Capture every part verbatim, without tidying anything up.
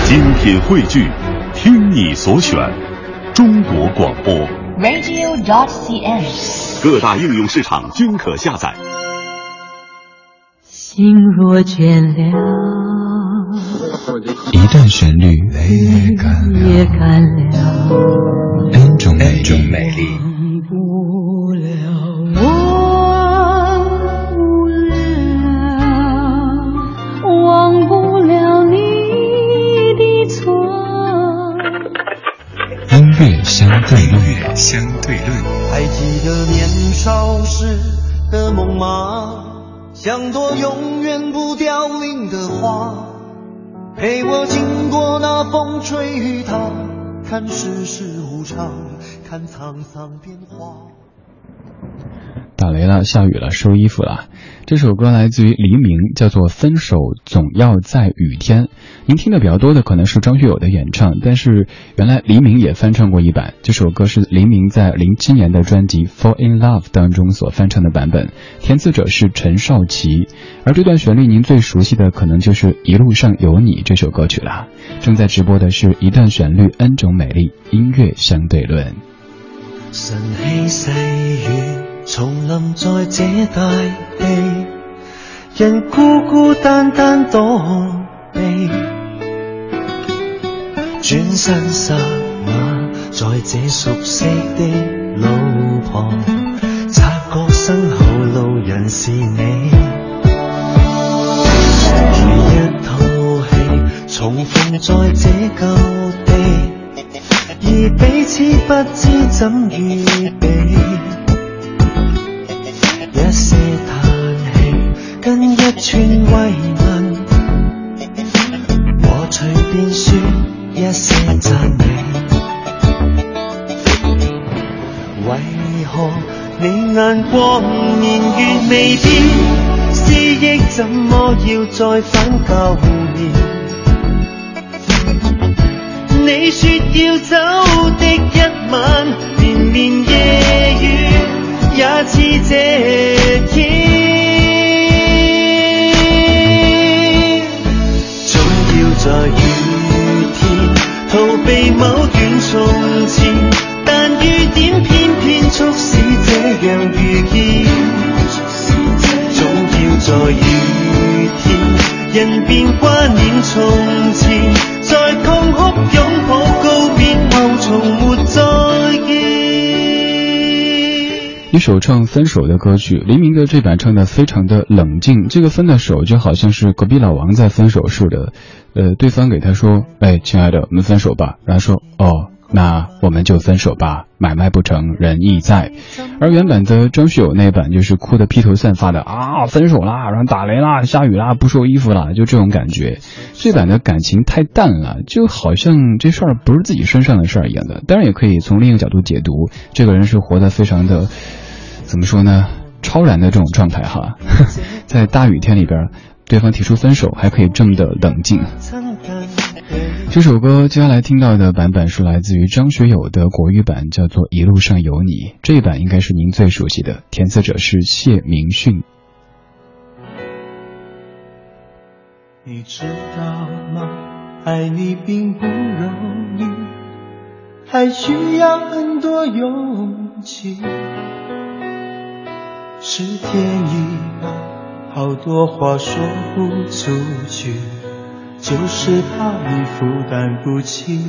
精品汇聚，听你所选，中国广播 radio dot c n， 各大应用市场均可下载。 心若倦了， 一段旋律也干了， 也干了 N 种美丽。 忘不了你的错。 音乐相对论，相对论。 还记得年少时的梦吗？像朵永远不凋零的花，陪我经过那风吹雨打，看世事无常，看沧桑变化。 打雷了，下雨了，收衣服了。这首歌来自于黎明，叫做《分手总要在雨天》。您听的比较多的可能是张学友的演唱，但是原来黎明也翻唱过一版。这首歌是黎明在零七年的专辑《Fall in Love》当中所翻唱的版本，填词者是陈少琪。而这段旋律您最熟悉的可能就是《一路上有你》这首歌曲啦。正在直播的是一段旋律 N 种美丽，音樂相對論。 晨曦細雨重臨在這大地，人孤孤單單躲避，轉身剎那在這熟悉的路旁，察覺身後路人是你，如一套戲重逢在這舊地，而彼此不知怎預備，一些嘆氣跟一串慰問，我隨便說一些讚美。為何你眼光年月未變，思憶怎麼要再返舊年？你說要走的一晚，連綿夜雨也似這天，總要在雨天逃避某段從前，但雨點偏偏促使這樣遇見，總要在雨天人便掛念從前，在痛哭擁抱告別後從沒再見。 一首唱分手的歌曲，黎明的这版唱的非常的冷静，这个分的手就好像是隔壁老王在分手似的，呃，对方给他说，哎，亲爱的，我们分手吧，然后说，哦，那我们就分手吧，买卖不成仁义在。而原版的张学友那版就是哭得披头散发的啊，分手啦，然后打雷啦，下雨啦，不收衣服啦，就这种感觉。这版的感情太淡了，就好像这事儿不是自己身上的事儿一样的。当然也可以从另一个角度解读，这个人是活得非常的怎么说呢，超然的这种状态哈。在大雨天里边，对方提出分手还可以这么的冷静。这首歌接下来听到的版本是来自于张学友的国语版，叫做《一路上有你》，这一版应该是您最熟悉的，填词者是谢明训。 你知道吗？爱你并不容易，还需要很多勇气。是天意吗？好多话说不出去，就是怕你负担不起。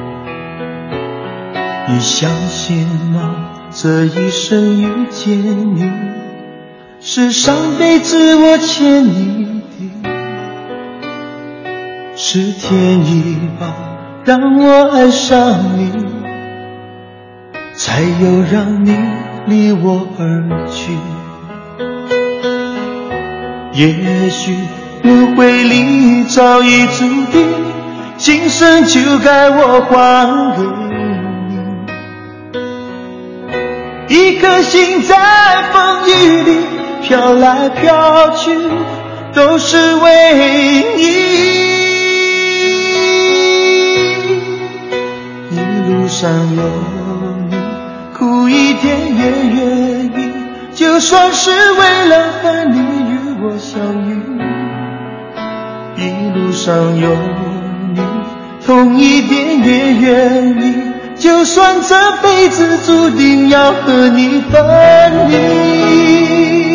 你相信吗？这一生遇见你，是上辈子我欠你的。是天意吧，让我爱上你，才有让你离我而去。也许轮回里早已注定，今生就该我还给你。一颗心在风雨里飘来飘去，都是为你。一路上有你，苦一点也愿意，就算是为了和你与我相遇。一路上有你， 痛一点也愿意，就算这辈子注定要和你分离。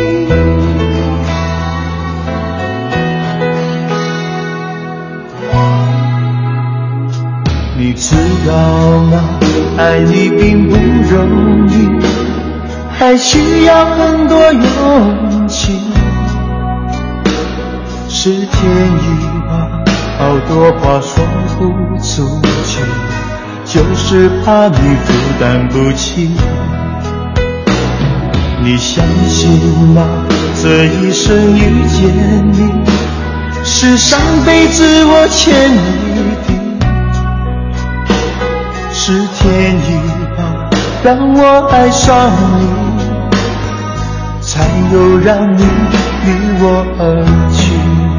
你知道吗？爱你并不容易，还需要很多勇气。是天意吧，好多话说不出去，就是怕你负担不起。你相信吗？这一生遇见你，是上辈子我欠你的。是天意吧，让我爱上你，才有让你离我而去。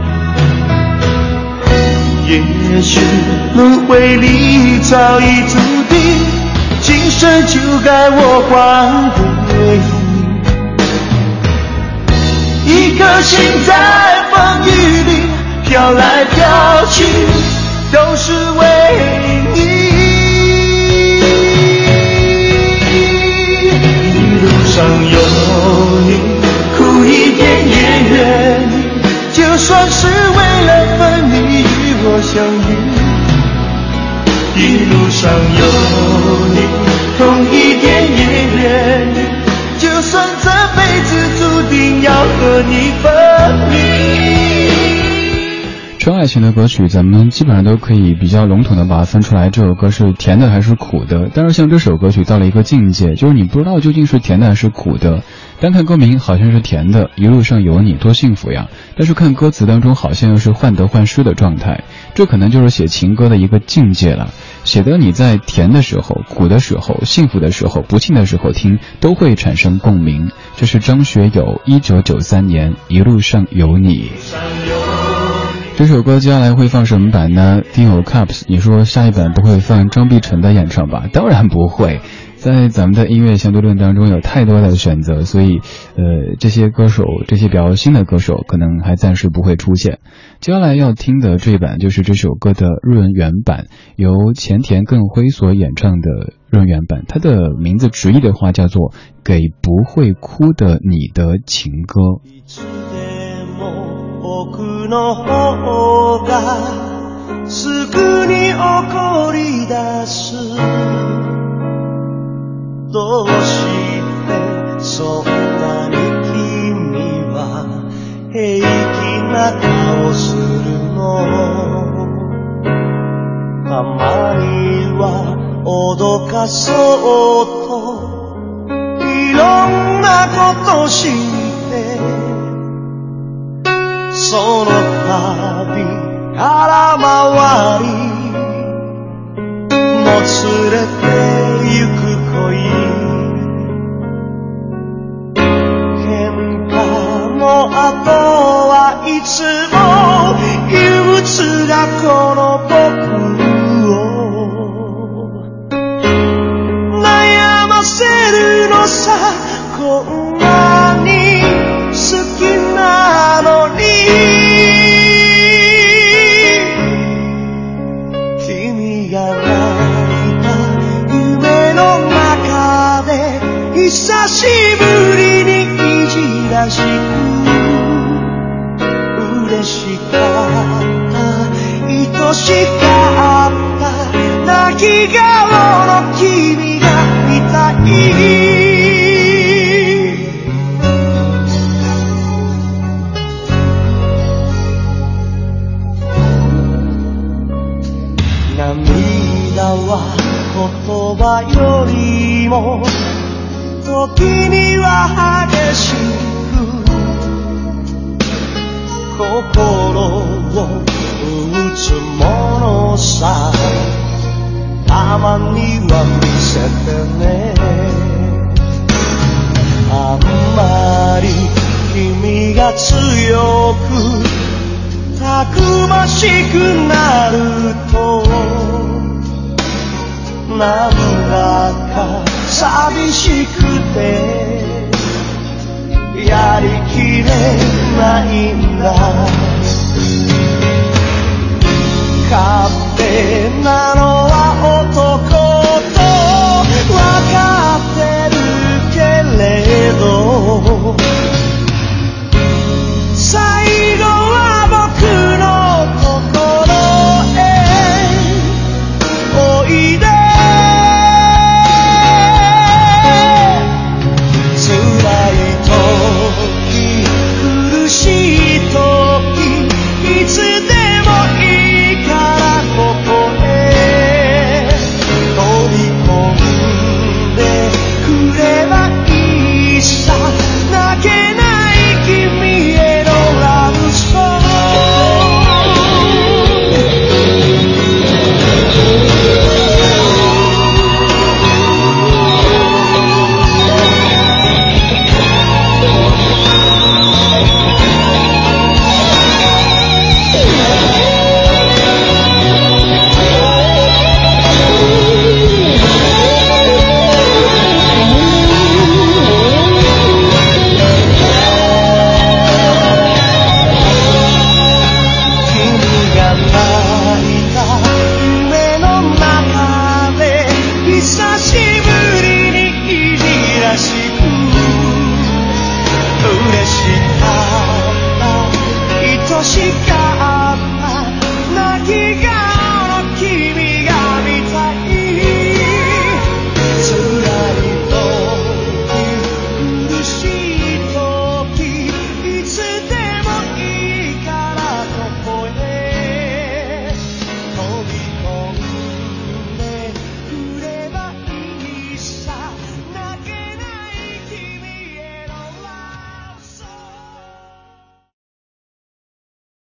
也许轮回里早已注定，今生就该我还给你。一颗心在风雨里飘来飘去，都是为你。上有你，苦一点也愿意，就算是为了分离与我相遇。一路上有你，痛一点也愿意，就算这辈子注定要和你分离。 纯爱情的歌曲咱们基本上都可以比较笼统的把它分出来，这首歌是甜的还是苦的。但是像这首歌曲到了一个境界，就是你不知道究竟是甜的还是苦的。单看歌名好像是甜的，一路上有你多幸福呀，但是看歌词当中好像又是患得患失的状态。这可能就是写情歌的一个境界了，写得你在甜的时候、苦的时候、幸福的时候、不幸的时候听都会产生共鸣。这是张学友一九九三年一路上有你。这首歌接下来会放什么版呢？听友 Cups 你说下一版不会放张碧晨的演唱吧？当然不会，在咱们的音乐相对论当中有太多的选择，所以呃，这些歌手这些比较新的歌手可能还暂时不会出现。接下来要听的这一版就是这首歌的润原版，由前田更辉所演唱的润原版，它的名字直译的话叫做给不会哭的你的情歌。 僕の方がすぐに怒り出す。どうしてそんなに君は平気な顔するの。たまには脅かそうといろんなことしてその度空回りもつれてゆく恋。喧嘩の後はいつも憂鬱がこの僕を悩ませるのさ。こんなに好きなのに君が泣いた夢の中で久しぶりにいじらしく嬉しかった愛しかった泣き顔の君が見たい。涙は言葉よりも時には激しく心を打つものさ。たまには見せてね。あんまり君が強くたくましくなるとなんだか寂しくてやりきれないんだ。勝手でなの